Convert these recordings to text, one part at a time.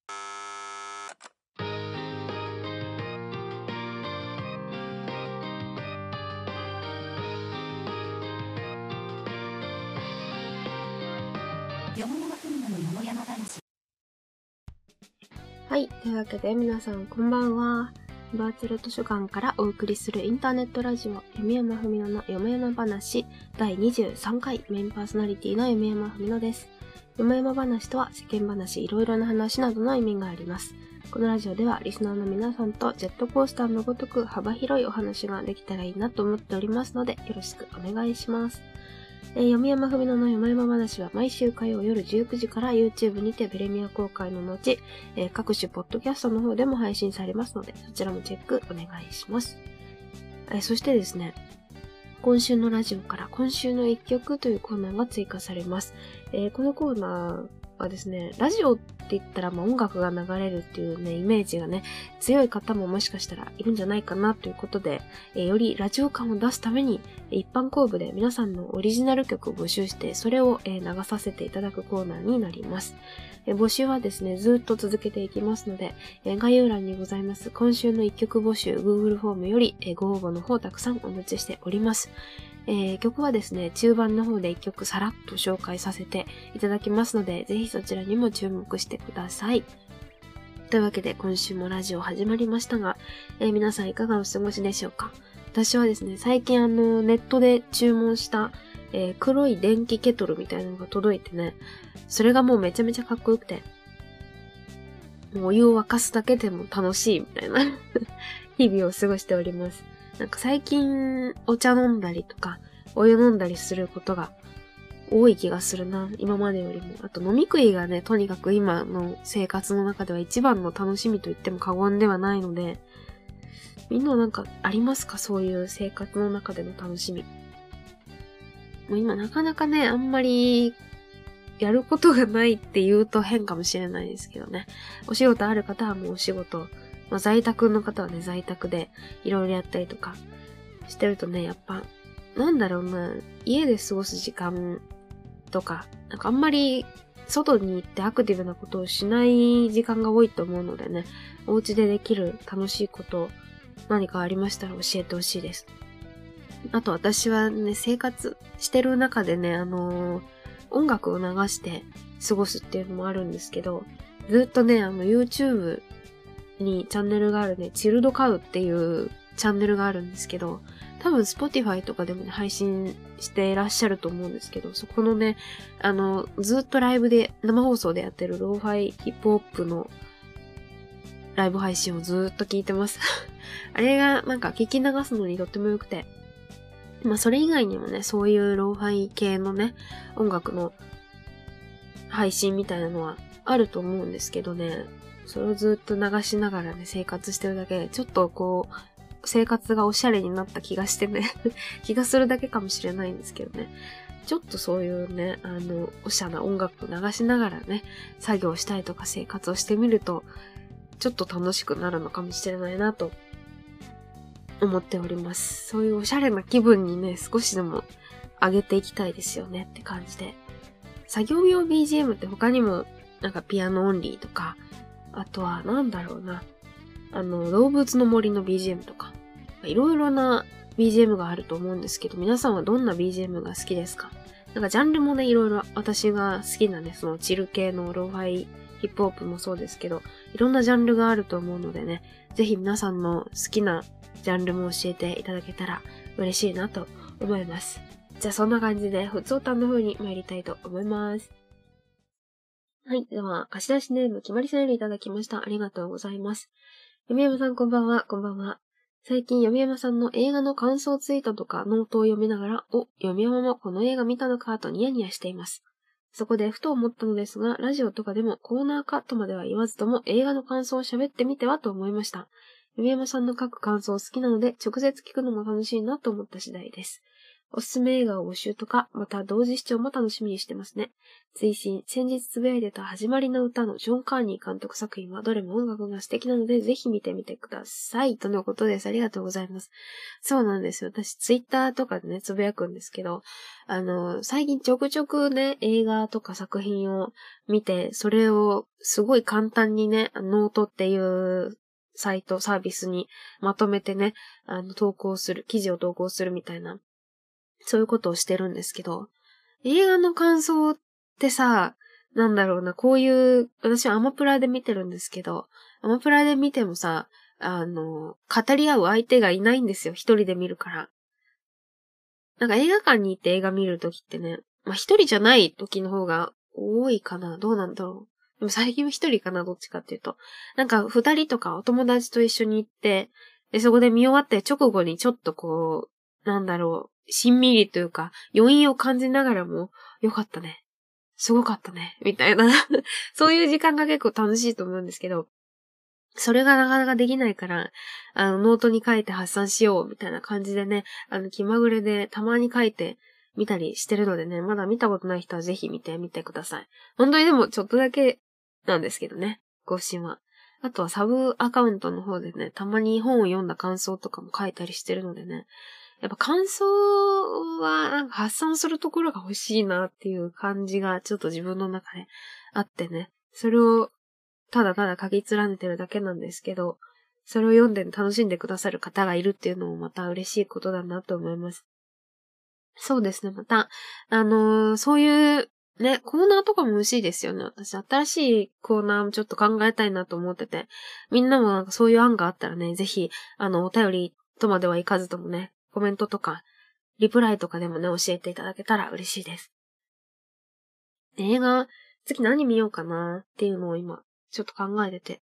はい。というわけで皆さんこんばんは。バーチャル図書館からお送りするインターネットラジオ、読山文乃のよもやま話第23回メインパーソナリティの読山文乃です。よもやま話とは世間話、いろいろな話などの意味があります。このラジオではリスナーの皆さんとジェットコースターのごとく幅広いお話ができたらいいなと思っておりますのでよろしくお願いします。読山文乃のよもやま話は毎週火曜夜19時から YouTube にてプレミア公開の後、各種ポッドキャストの方でも配信されますので、そちらもチェックお願いします。そしてですね、今週のラジオから今週の一曲というコーナーが追加されます。このコーナーはですね、ラジオって言ったら音楽が流れるっていうね、イメージがね、強い方ももしかしたらいるんじゃないかなということで、よりラジオ感を出すために、一般公募で皆さんのオリジナル曲を募集して、それを流させていただくコーナーになります。募集はですね、ずっと続けていきますので、概要欄にございます今週の一曲募集 Google フォームよりご応募の方たくさんお待ちしております。曲はですね、中盤の方で一曲さらっと紹介させていただきますので、ぜひそちらにも注目してください。というわけで今週もラジオ始まりましたが、皆さんいかがお過ごしでしょうか。私はですね、最近ネットで注文した、黒い電気ケトルみたいなのが届いてね、それがもうめちゃめちゃかっこよくて、もうお湯を沸かすだけでも楽しいみたいな日々を過ごしております。なんか最近お茶飲んだりとかお湯飲んだりすることが多い気がするな、今までよりも。あと飲み食いがね、とにかく今の生活の中では一番の楽しみと言っても過言ではないので、みんななんかありますか？そういう生活の中での楽しみ。もう今なかなかね、あんまりやることがないって言うと変かもしれないですけどね。お仕事ある方はもうお仕事、在宅の方はね、在宅でいろいろやったりとかしてるとね、やっぱ、なんだろうな、家で過ごす時間とか、なんかあんまり外に行ってアクティブなことをしない時間が多いと思うのでね、お家でできる楽しいこと何かありましたら教えてほしいです。あと私はね、生活してる中でね、音楽を流して過ごすっていうのもあるんですけど、ずっとね、YouTube にチャンネルがあるね、チルドカウっていうチャンネルがあるんですけど、多分 Spotify とかでもね、配信していらっしゃると思うんですけど、そこのね、ずっとライブで、生放送でやってるローファイヒップホップのライブ配信をずっと聞いてます。あれがなんか聞き流すのにとっても良くて、それ以外にもね、そういうローファイ系のね、音楽の配信みたいなのはあると思うんですけどね、それをずっと流しながらね、生活してるだけで、ちょっとこう、生活がおしゃれになった気がしてね、気がするだけかもしれないんですけどね、ちょっとそういうね、おしゃな音楽を流しながらね、作業したりとか生活をしてみると、ちょっと楽しくなるのかもしれないなと思っております。そういうおしゃれな気分にね、少しでも上げていきたいですよねって感じで。作業用 BGM って他にも、なんかピアノオンリーとか、あとはなんだろうな、動物の森の BGM とか、いろいろな BGM があると思うんですけど、皆さんはどんな BGM が好きですか？なんかジャンルもね、いろいろ私が好きなね、そのチル系のローファイヒップホップもそうですけど、いろんなジャンルがあると思うのでね、ぜひ皆さんの好きなジャンルも教えていただけたら嬉しいなと思います。じゃあそんな感じで、ふつおたの風に参りたいと思います。はい。では、貸し出しネーム、決まりさんよりいただきました。ありがとうございます。読山さんこんばんは、こんばんは。最近、読山さんの映画の感想ツイートとかノートを読みながら、読山もこの映画見たのかとニヤニヤしています。そこでふと思ったのですが、ラジオとかでもコーナーカットまでは言わずとも映画の感想を喋ってみてはと思いました。読山さんの書く感想好きなので、直接聞くのも楽しいなと思った次第です。 おすすめ映画を募集とか、また同時視聴も楽しみにしてますね。先日つぶやいてた始まりの歌のジョン・カーニー監督作品はどれも音楽が素敵なので、ぜひ見てみてください。とのことです。ありがとうございます。そうなんですよ。私、ツイッターとかでね、つぶやくんですけど、最近ちょくちょくね、映画とか作品を見て、それをすごい簡単にね、ノートっていうサービスにまとめてね、記事を投稿するみたいな、そういうことをしてるんですけど、映画の感想ってさ、なんだろうな、こういう、私はアマプラで見てるんですけど、アマプラで見てもさ、語り合う相手がいないんですよ、一人で見るから。なんか映画館に行って映画見るときってね、まあ一人じゃない時の方が多いかな、どうなんだろう。でも最近は一人かな、どっちかっていうと。なんか二人とかお友達と一緒に行って、で、そこで見終わって直後にちょっとこう、なんだろう、しんみりというか、余韻を感じながらも、よかったね。すごかったね。みたいな。そういう時間が結構楽しいと思うんですけど、それがなかなかできないから、ノートに書いて発散しよう、みたいな感じでね、気まぐれでたまに書いてみたりしてるのでね、まだ見たことない人はぜひ見てみてください。本当にでもちょっとだけなんですけどね、更新は。あとはサブアカウントの方でね、たまに本を読んだ感想とかも書いたりしてるのでね、やっぱ感想はなんか発散するところが欲しいなっていう感じがちょっと自分の中であってね、それをただただ書き連ねてるだけなんですけど、それを読んで楽しんでくださる方がいるっていうのもまた嬉しいことだなと思います。そうですね、また、そういうね、コーナーとかも欲しいですよね。私、新しいコーナーもちょっと考えたいなと思ってて、みんなもなんかそういう案があったらね、ぜひ、お便りとまではいかずともね、コメントとか、リプライとかでもね、教えていただけたら嬉しいです。映画、次何見ようかなっていうのを今、ちょっと考えてて。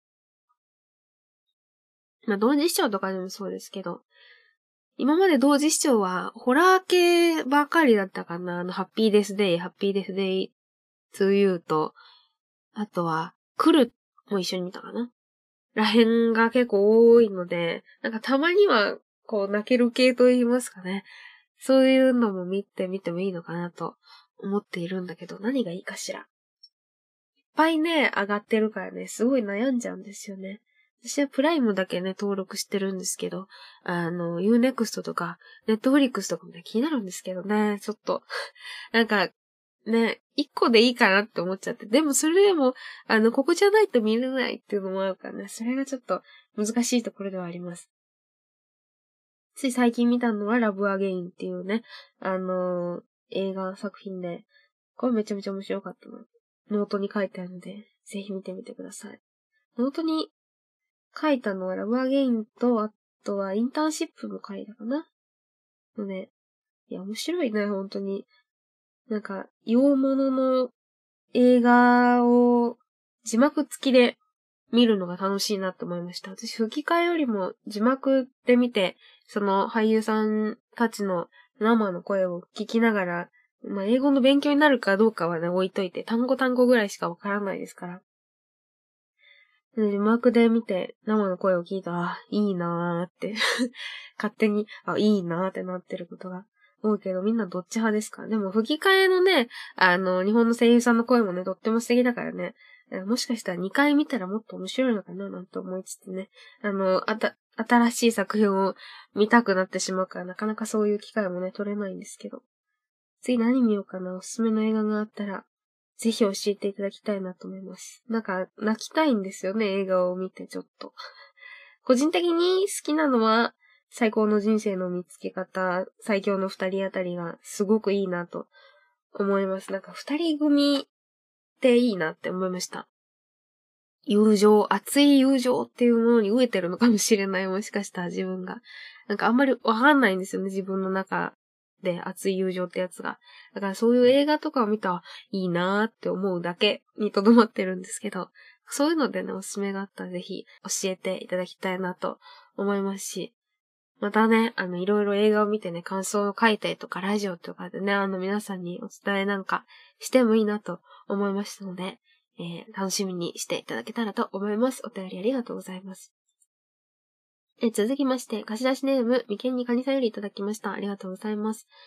まあ、同時視聴とかでもそうですけど、今まで同時視聴は、ホラー系ばかりだったかな。ハッピーデスデイ、ハッピーデスデイ2 U と、あとは、来るも一緒に見たかな。らへんが結構多いので、なんかたまには、こう、泣ける系と言いますかね。そういうのも見てみてもいいのかなと思っているんだけど、何がいいかしら。いっぱいね、上がってるからね、すごい悩んじゃうんですよね。私はプライムだけね、登録してるんですけど、Unext とか、Netflix とかもね、気になるんですけどね、ちょっと、なんか、ね、一個でいいかなって思っちゃって。でもそれでも、ここじゃないと見れないっていうのもあるからね、それがちょっと難しいところではあります。つい最近見たのはラブアゲインっていうね、映画作品で、これめちゃめちゃ面白かったな。ノートに書いてあるので、ぜひ見てみてください。ノートに書いたのはラブアゲインと、あとはインターンシップも書いたかなので、いや、面白いね、本当に。なんか、洋物の映画を字幕付きで見るのが楽しいなと思いました。私、吹き替えよりも字幕で見て、その俳優さんたちの生の声を聞きながら、まあ、英語の勉強になるかどうかはね、置いといて、単語ぐらいしかわからないですから。字幕で見て、生の声を聞いたら、あ、いいなーって勝手に、あ、いいなーってなってることが多いけど、みんなどっち派ですか？でも吹き替えのね、日本の声優さんの声もね、とっても素敵だからね、もしかしたら2回見たらもっと面白いのかななんて思いつつね、新しい作品を見たくなってしまうから、なかなかそういう機会もね、取れないんですけど。次何見ようかな、おすすめの映画があったら、ぜひ教えていただきたいなと思います。なんか、泣きたいんですよね、映画を見てちょっと。個人的に好きなのは、最高の人生の見つけ方、最強の二人あたりがすごくいいなと思います。なんか二人組っていいなって思いました。友情、熱い友情っていうものに飢えてるのかもしれない、もしかしたら自分が。なんかあんまりわかんないんですよね、自分の中で熱い友情ってやつが。だからそういう映画とかを見たらいいなーって思うだけにとどまってるんですけど、そういうのでね、おすすめがあったらぜひ教えていただきたいなと思いますし、またね、いろいろ映画を見てね、感想を書いたりとか、ラジオとかでね、皆さんにお伝えなんかしてもいいなと思いましたので、楽しみにしていただけたらと思います。お便りありがとうございます。続きまして、貸し出しネーム、眉間にカニさんよりいただきました。ありがとうございます。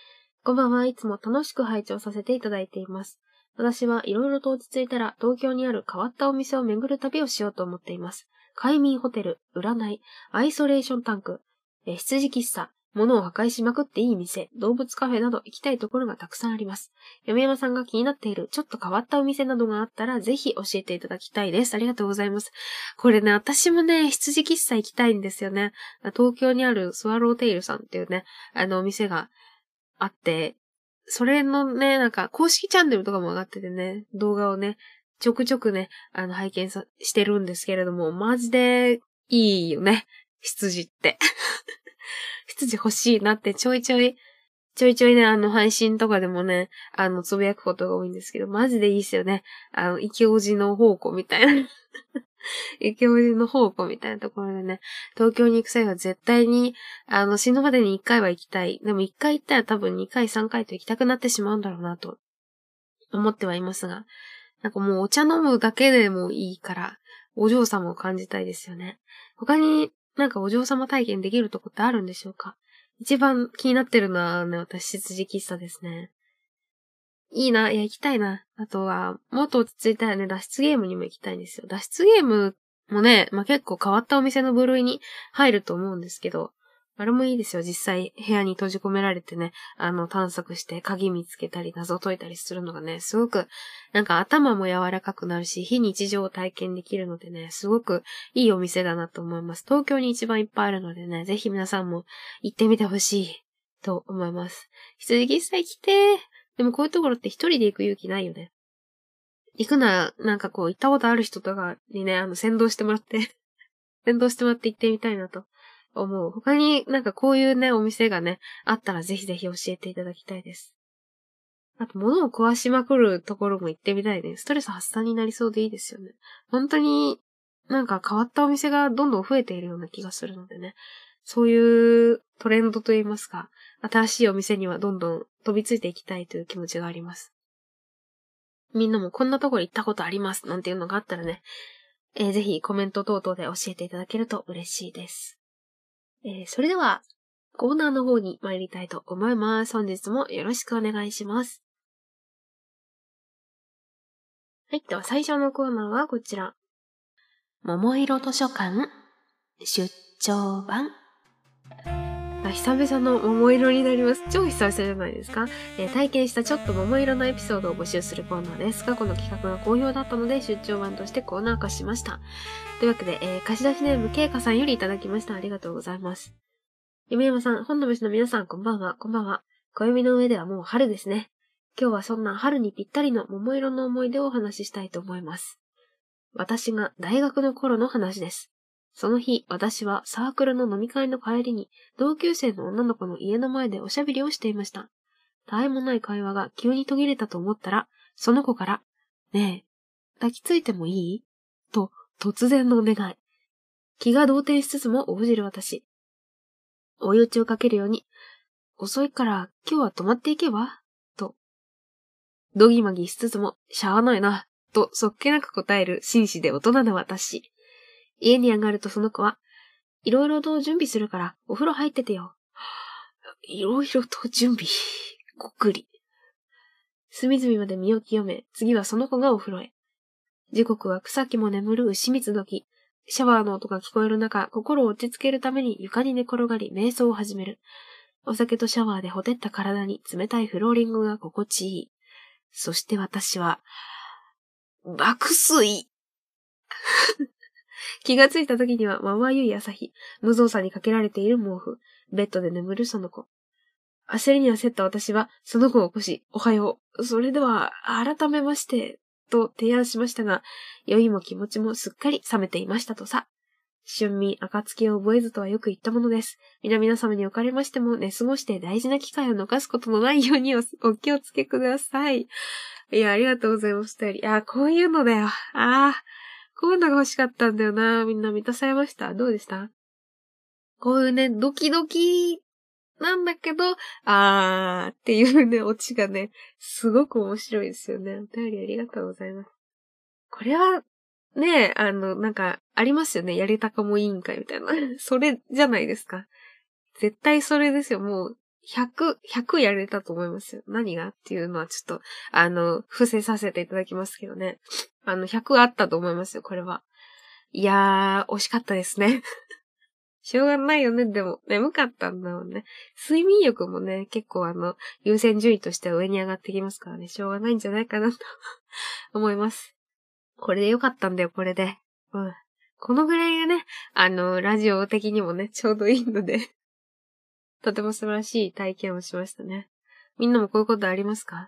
こんばんは。いつも楽しく拝聴させていただいています。私はいろいろと落ち着いたら東京にある変わったお店を巡る旅をしようと思っています。快眠ホテル、占い、アイソレーションタンク、羊喫茶、物を破壊しまくっていい店、動物カフェなど行きたいところがたくさんあります。嫁山さんが気になっているちょっと変わったお店などがあったらぜひ教えていただきたいです。ありがとうございます。これね、私もね、羊喫茶行きたいんですよね。東京にあるスワローテイルさんっていうね、お店があって、それのね、なんか公式チャンネルとかも上がっててね、動画をね、ちょくちょくね、拝見してるんですけれども、マジでいいよね、羊って。羊欲しいなってちょいちょいね、配信とかでもね、つぶやくことが多いんですけど、マジでいいっすよね。池王子の宝庫みたいな。池王子の宝庫みたいなところでね、東京に行く際は絶対に、死ぬまでに1回は行きたい。でも1回行ったら多分2回3回と行きたくなってしまうんだろうなと思ってはいますが、なんかもうお茶飲むだけでもいいから、お嬢様を感じたいですよね。他になんかお嬢様体験できるとこってあるんでしょうか？一番気になってるのはね、私、羊喫茶ですね。いいな、いや、行きたいな。あとは、もっと落ち着いたらね、脱出ゲームにも行きたいんですよ。脱出ゲームもね、結構変わったお店の部類に入ると思うんですけど、あれもいいですよ。実際、部屋に閉じ込められてね、探索して鍵見つけたり、謎解いたりするのがね、すごく、なんか頭も柔らかくなるし、非日常を体験できるのでね、すごくいいお店だなと思います。東京に一番いっぱいあるのでね、ぜひ皆さんも行ってみてほしいと思います。羊喫茶行きてー。でもこういうところって一人で行く勇気ないよね。行くなら、なんかこう、行ったことある人とかにね、先導してもらって行ってみたいなと思う。他になんかこういうね、お店がね、あったらぜひぜひ教えていただきたいです。あと、物を壊しまくるところも行ってみたいね。ストレス発散になりそうでいいですよね。本当になんか変わったお店がどんどん増えているような気がするのでね。そういうトレンドといいますか、新しいお店にはどんどん飛びついていきたいという気持ちがあります。みんなもこんなところ行ったことありますなんていうのがあったらね、ぜひコメント等々で教えていただけると嬉しいです。それでは、コーナーの方に参りたいと思います。本日もよろしくお願いします。はい、では最初のコーナーはこちら。桃色図書館出張版。久々の桃色になります。超久々じゃないですか。体験したちょっと桃色のエピソードを募集するコーナーですが、この企画が好評だったので出張版としてコーナー化しました。というわけで、貸し出しネームけいかさんよりいただきました。ありがとうございます。夢山さん、本の虫の皆さん、こんばんは、こんばんは。暦の上ではもう春ですね。今日はそんな春にぴったりの桃色の思い出をお話ししたいと思います。私が大学の頃の話です。その日、私はサークルの飲み会の帰りに、同級生の女の子の家の前でおしゃべりをしていました。たわいもない会話が急に途切れたと思ったら、その子から、ねえ、抱きついてもいい？と、突然のお願い。気が動転しつつも応じる私。追い打ちをかけるように、遅いから今日は泊まっていけば？と。どぎまぎしつつも、しゃあないな、とそっけなく答える紳士で大人な私。家に上がるとその子は、いろいろと準備するからお風呂入っててよ。いろいろと準備。ごっくり。隅々まで身を清め、次はその子がお風呂へ。時刻は草木も眠る牛蜜時。シャワーの音が聞こえる中、心を落ち着けるために床に寝転がり、瞑想を始める。お酒とシャワーでほてった体に冷たいフローリングが心地いい。そして私は、爆睡気がついた時にはまばゆい朝日、無造作にかけられている毛布、ベッドで眠るその子。焦りに焦った私は、その子を起こし、おはよう。それでは、改めまして、と提案しましたが、酔いも気持ちもすっかり冷めていましたとさ。春眠、暁を覚えずとはよく言ったものです。皆様におかれましても、寝過ごして大事な機会を逃すことのないようにお気をつけください。いや、ありがとうございました。いや、こういうのだよ。こういうのが欲しかったんだよな。みんな満たされました？どうでした？こういうね、ドキドキなんだけど、っていうね、オチがね、すごく面白いですよね。お便りありがとうございます。これは、ね、なんか、ありますよね。やりたかも委員会みたいな。それじゃないですか。絶対それですよ。もう、 100やれたと思いますよ。何がっていうのはちょっと、伏せさせていただきますけどね。100あったと思いますよ、これは。いやー、惜しかったですね。しょうがないよね、でも。眠かったんだもんね。睡眠欲もね、結構優先順位としては上に上がってきますからね、しょうがないんじゃないかなと思います。これでよかったんだよ、これで。うん。このぐらいがね、ラジオ的にもね、ちょうどいいのでとても素晴らしい体験をしましたね。みんなもこういうことありますか？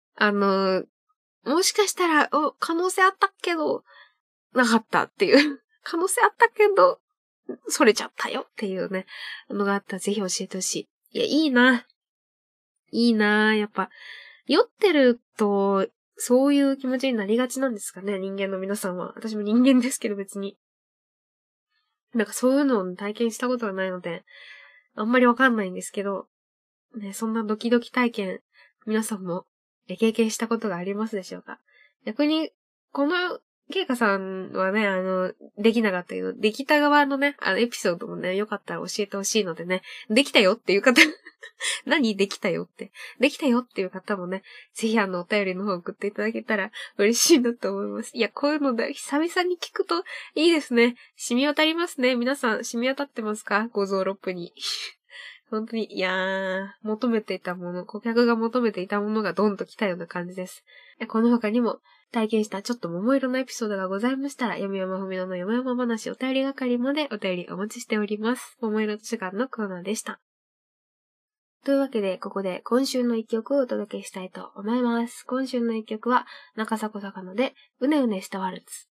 もしかしたら、可能性あったけど、なかったっていう可能性あったけど、それちゃったよっていうね、のがあったらぜひ教えてほしい。いや、いいな。いいな。やっぱ、酔ってると、そういう気持ちになりがちなんですかね、人間の皆さんは。私も人間ですけど別に。なんかそういうのを体験したことがないので、あんまりわかんないんですけど、ね、そんなドキドキ体験、皆さんも経験したことがありますでしょうか？逆に、この、ケイカさんはね、できなかったけど、できた側のね、エピソードもね、よかったら教えてほしいのでね、できたよっていう方、何できたよって。できたよっていう方もね、ぜひお便りの方送っていただけたら嬉しいなと思います。いや、こういうので久々に聞くといいですね。染み渡りますね。皆さん、染み渡ってますか？五臓六腑に。本当に、いやー、求めていたもの、顧客が求めていたものがドンと来たような感じです。この他にも体験したちょっと桃色のエピソードがございましたら、読み山ふみのの読み山話お便り係までお便りお待ちしております。桃色図書館のコーナーでした。というわけで、ここで今週の一曲をお届けしたいと思います。今週の一曲は、中迫坂野で、うねうねしたワルツ。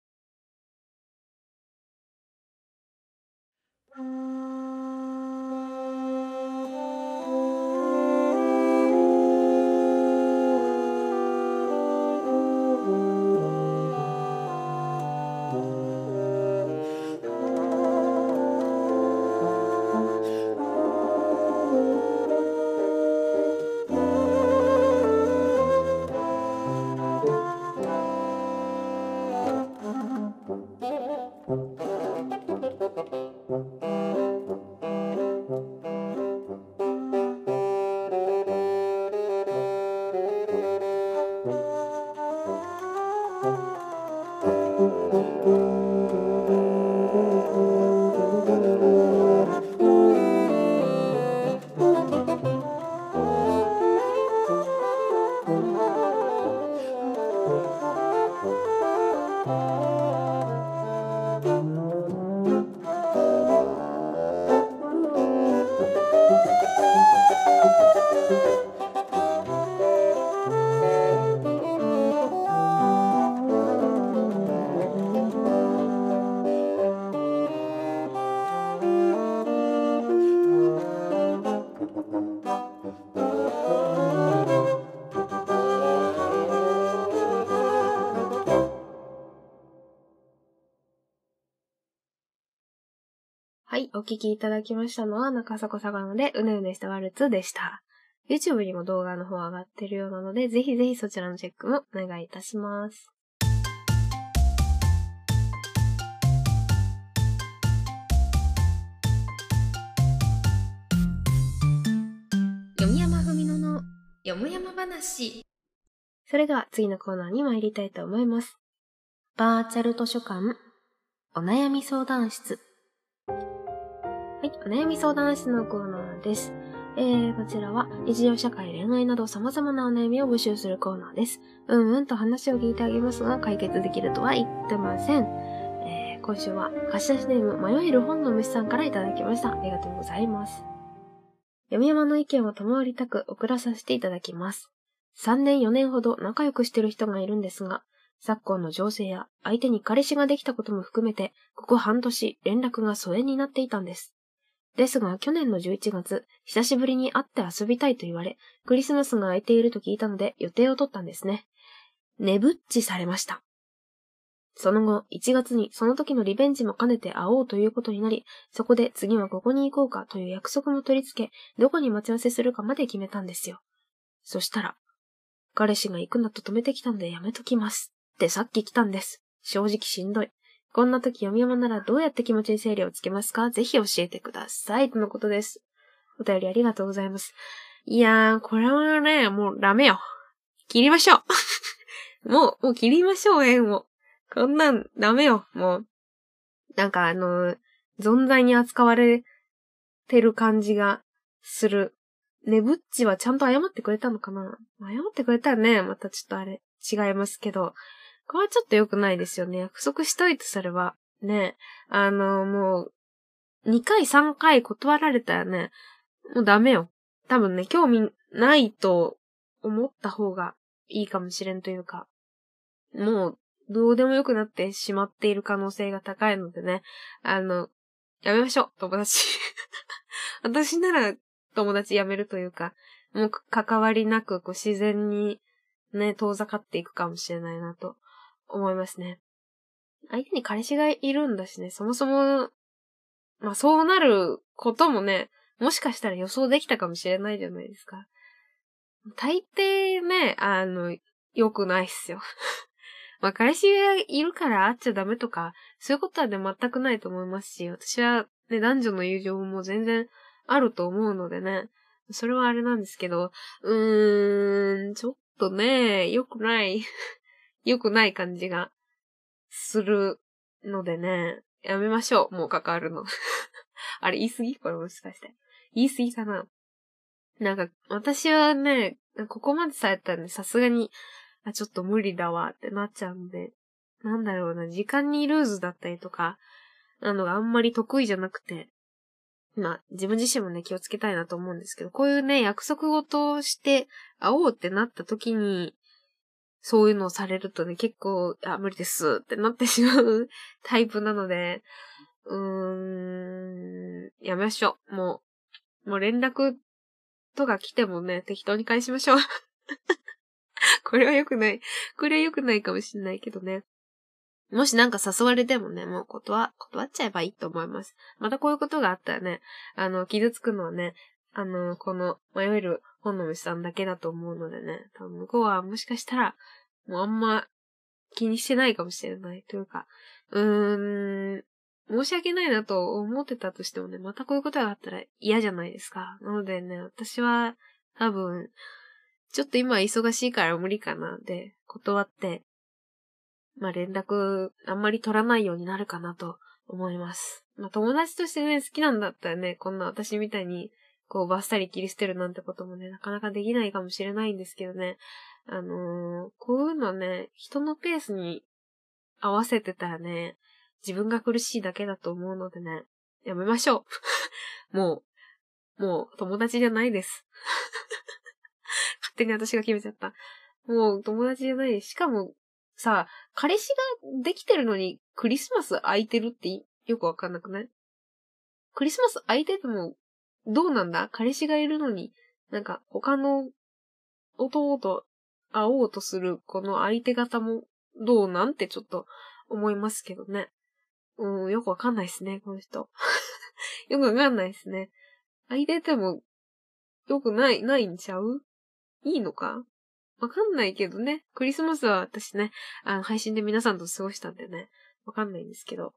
はい、お聞きいただきましたのは中迫坂野でうねうねしたワルツでした。YouTube にも動画の方上がってるようなので、ぜひぜひそちらのチェックもお願いいたします。読山ふみののよもやま話。それでは次のコーナーに参りたいと思います。バーチャル図書館お悩み相談室。はい、お悩み相談室のコーナーです。こちらは日常社会、恋愛など様々なお悩みを募集するコーナーです。と話を聞いてあげますが解決できるとは言ってません。今週は貸し出しネーム迷える本の虫さんからいただきました。ありがとうございます。読山の意見を賜りたく送らさせていただきます。3年4年ほど仲良くしてる人がいるんですが、昨今の情勢や相手に彼氏ができたことも含めて、ここ半年連絡が疎遠になっていたんです。ですが去年の11月、久しぶりに会って遊びたいと言われ、クリスマスが空いていると聞いたので予定を取ったんですね。寝ぶっちされました。その後、1月にその時のリベンジも兼ねて会おうということになり、そこで次はここに行こうかという約束も取り付け、どこに待ち合わせするかまで決めたんですよ。そしたら、彼氏が行くなと止めてきたんでやめときます。ってさっき来たんです。正直しんどい。こんな時読み山ならどうやって気持ちに整理をつけますか？ぜひ教えてください。とのことです。お便りありがとうございます。 いやー、これはね、もうダメよ。切りましょう。もう切りましょう、縁を。こんなんダメよ、もう。なんか存在に扱われてる感じがする。ねぶっちはちゃんと謝ってくれたのかな？謝ってくれたらね、またちょっとあれ、違いますけど。これはちょっと良くないですよね。約束しといてそれは。ね。もう、2回3回断られたらね、もうダメよ。多分ね、興味ないと思った方がいいかもしれんというか、もう、どうでもよくなってしまっている可能性が高いのでね、やめましょう、友達。私なら友達辞めるというか、もう関わりなく自然にね、遠ざかっていくかもしれないなと思いますね。相手に彼氏がいるんだしね、そもそも、まあそうなることもね、もしかしたら予想できたかもしれないじゃないですか。大抵ね、良くないっすよ。まあ彼氏がいるから会っちゃダメとか、そういうことはね、全くないと思いますし、私はね、男女の友情も全然あると思うのでね、それはあれなんですけど、ちょっとね、良くない、良くない感じがするのでね、やめましょう、もう関わるの。あれ言い過ぎ？これもしかして。言い過ぎかな？なんか、私はね、ここまでされたらね、さすがに、ちょっと無理だわってなっちゃうんで、なんだろうな、時間にルーズだったりとか、があんまり得意じゃなくて、まあ、自分自身もね、気をつけたいなと思うんですけど、こういうね、約束事をして会おうってなった時に、そういうのをされるとね、結構、無理ですってなってしまうタイプなので、やめましょう。もう連絡とか来てもね、適当に返しましょう。これは良くない。これは良くないかもしんないけどね。もしなんか誘われてもね、もう断っちゃえばいいと思います。またこういうことがあったらね、傷つくのはね、この迷える本の虫さんだけだと思うのでね、多分向こうはもしかしたら、もうあんま気にしてないかもしれないというか、申し訳ないなと思ってたとしてもね、またこういうことがあったら嫌じゃないですか。なのでね、私は多分、ちょっと今忙しいから無理かなで断って、まあ連絡あんまり取らないようになるかなと思います。まあ友達としてね、好きなんだったらね、こんな私みたいにバッサリ切り捨てるなんてこともね、なかなかできないかもしれないんですけどね。こういうのね、人のペースに合わせてたらね、自分が苦しいだけだと思うのでね、やめましょう。もう友達じゃないです。勝手に私が決めちゃった。もう友達じゃないです。しかも、さ、彼氏ができてるのにクリスマス空いてるってよくわかんなくない？クリスマス空いてても、どうなんだ？彼氏がいるのに、なんか他の弟と会おうとするこの相手方もどうなんてちょっと思いますけどね。よくわかんないですね、この人。よくわかんないですね。空いてても、よくないんちゃう？いいのか？わかんないけどね。クリスマスは私ね、配信で皆さんと過ごしたんでね、わかんないんですけど。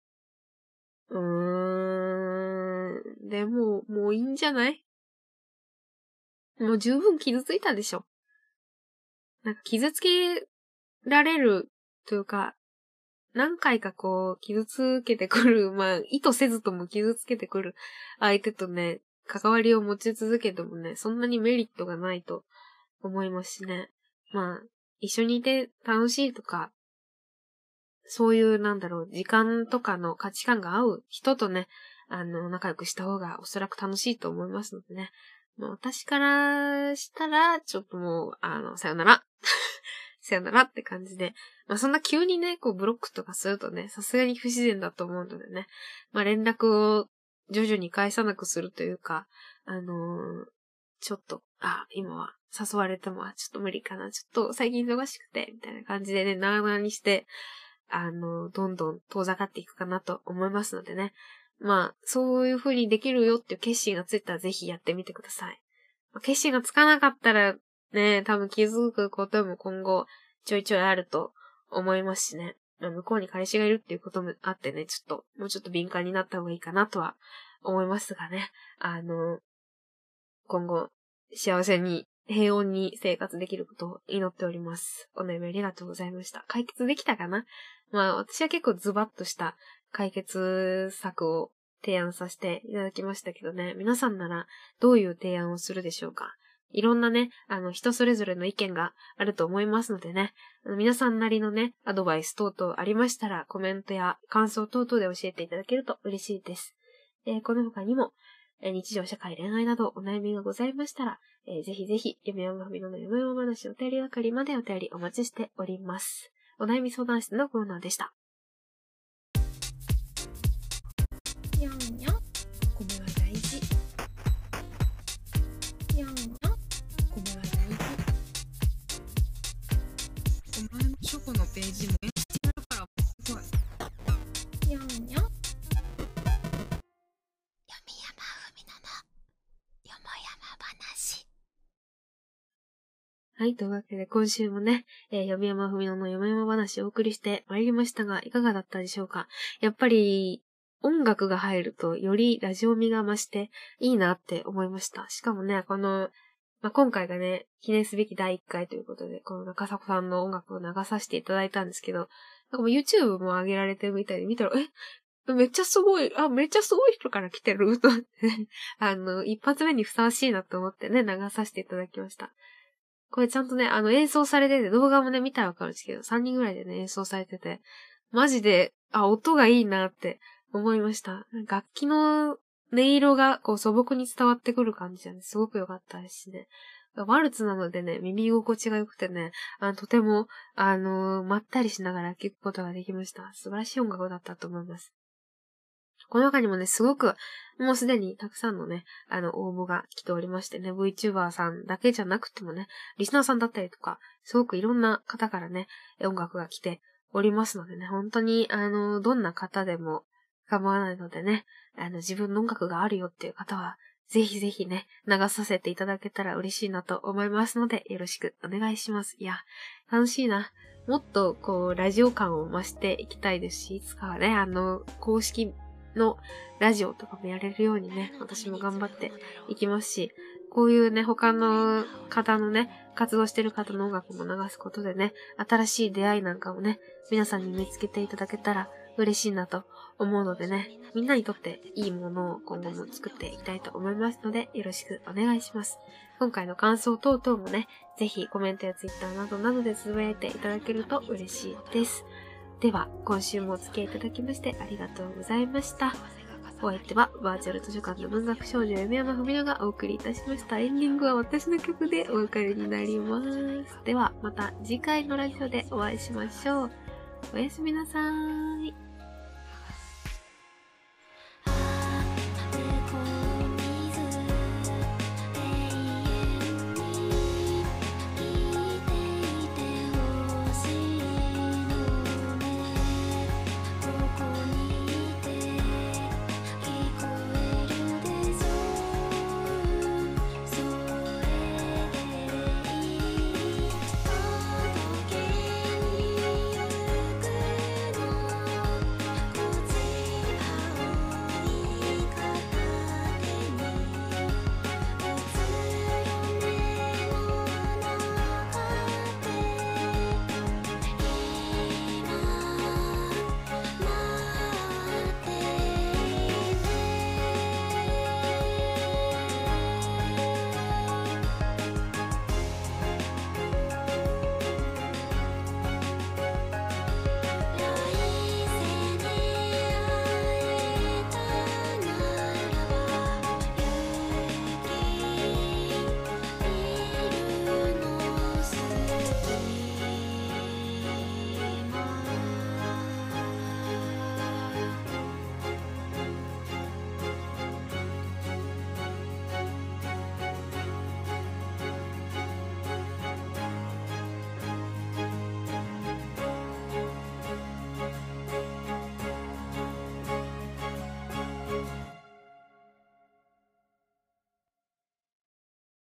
でも、もういいんじゃない？もう十分傷ついたでしょ。なんか傷つけられるというか、何回か傷つけてくる、まあ、意図せずとも傷つけてくる相手とね、関わりを持ち続けてもね、そんなにメリットがないと思いますしね。まあ、一緒にいて楽しいとか、そういう時間とかの価値観が合う人とね、仲良くした方がおそらく楽しいと思いますのでね。まあ、私からしたら、ちょっともう、さよなら。さよならって感じで。まあ、そんな急にね、ブロックとかするとね、さすがに不自然だと思うのでね。まあ、連絡を徐々に返さなくするというか、ちょっと、今は誘われても、ちょっと無理かな。ちょっと最近忙しくて、みたいな感じでね、なあなあにして、どんどん遠ざかっていくかなと思いますのでね。まあ、そういう風にできるよっていう決心がついたらぜひやってみてください。まあ、決心がつかなかったらね、多分気づくことも今後ちょいちょいあると思いますしね。まあ、向こうに彼氏がいるっていうこともあってね、もうちょっと敏感になった方がいいかなとは思いますがね。今後幸せに、平穏に生活できることを祈っております。お悩みありがとうございました。解決できたかな？まあ私は結構ズバッとした解決策を提案させていただきましたけどね、皆さんならどういう提案をするでしょうか？いろんなね、人それぞれの意見があると思いますのでね、皆さんなりのね、アドバイス等々ありましたら、コメントや感想等々で教えていただけると嬉しいです。この他にも、日常社会恋愛などお悩みがございましたら、ぜひぜひ、嫁山ふみの嫁山話お便り係までお便りお待ちしております。お悩み相談室のコーナーでした。 にゃんにゃん、米は大事。にゃんにゃん、米は大事。お前の書庫のページも演してやるからすごい。にゃんにゃん。嫁山ふみののよもやま話。 はい、というわけで今週もね、嫁山ふみののよもやま話をお送りしてまいりましたが、いかがだったでしょうか？やっぱり、音楽が入るとよりラジオ味が増していいなって思いました。しかもね、今回がね、記念すべき第1回ということで、この中迫さんの音楽を流させていただいたんですけど、なんかもう YouTube も上げられてるみたいで見たら、めっちゃすごい人から来てると思って一発目にふさわしいなと思ってね、流させていただきました。これちゃんとね、演奏されてて、動画もね、見たらわかるんですけど、3人ぐらいでね、演奏されてて、マジで、音がいいなって思いました。楽器の音色がこう素朴に伝わってくる感じで、ね、すごく良かったですしね。ワルツなのでね、耳心地が良くてね、とても、まったりしながら聴くことができました。素晴らしい音楽だったと思います。この中にもね、すごく、もうすでにたくさんのね、応募が来ておりましてね、VTuber さんだけじゃなくてもね、リスナーさんだったりとか、すごくいろんな方からね、音楽が来ておりますのでね、本当に、どんな方でも構わないのでね、自分の音楽があるよっていう方は、ぜひぜひね、流させていただけたら嬉しいなと思いますので、よろしくお願いします。いや、楽しいな。もっと、ラジオ感を増していきたいですし、いつかはね、公式のラジオとかもやれるようにね、私も頑張っていきますし、こういうね、他の方のね、活動してる方の音楽も流すことでね、新しい出会いなんかもね、皆さんに見つけていただけたら嬉しいなと思うのでね、みんなにとっていいものを今後も作っていきたいと思いますので、よろしくお願いします。今回の感想等々もね、ぜひコメントやツイッターなどなどでつぶやいていただけると嬉しいです。では、今週もお付き合いいただきましてありがとうございました。お相手は、バーチャル図書館の文学少女嫁山ふみのがお送りいたしました。エンディングは私の曲でお別れになります。では、また次回のラジオでお会いしましょう。おやすみなさーい。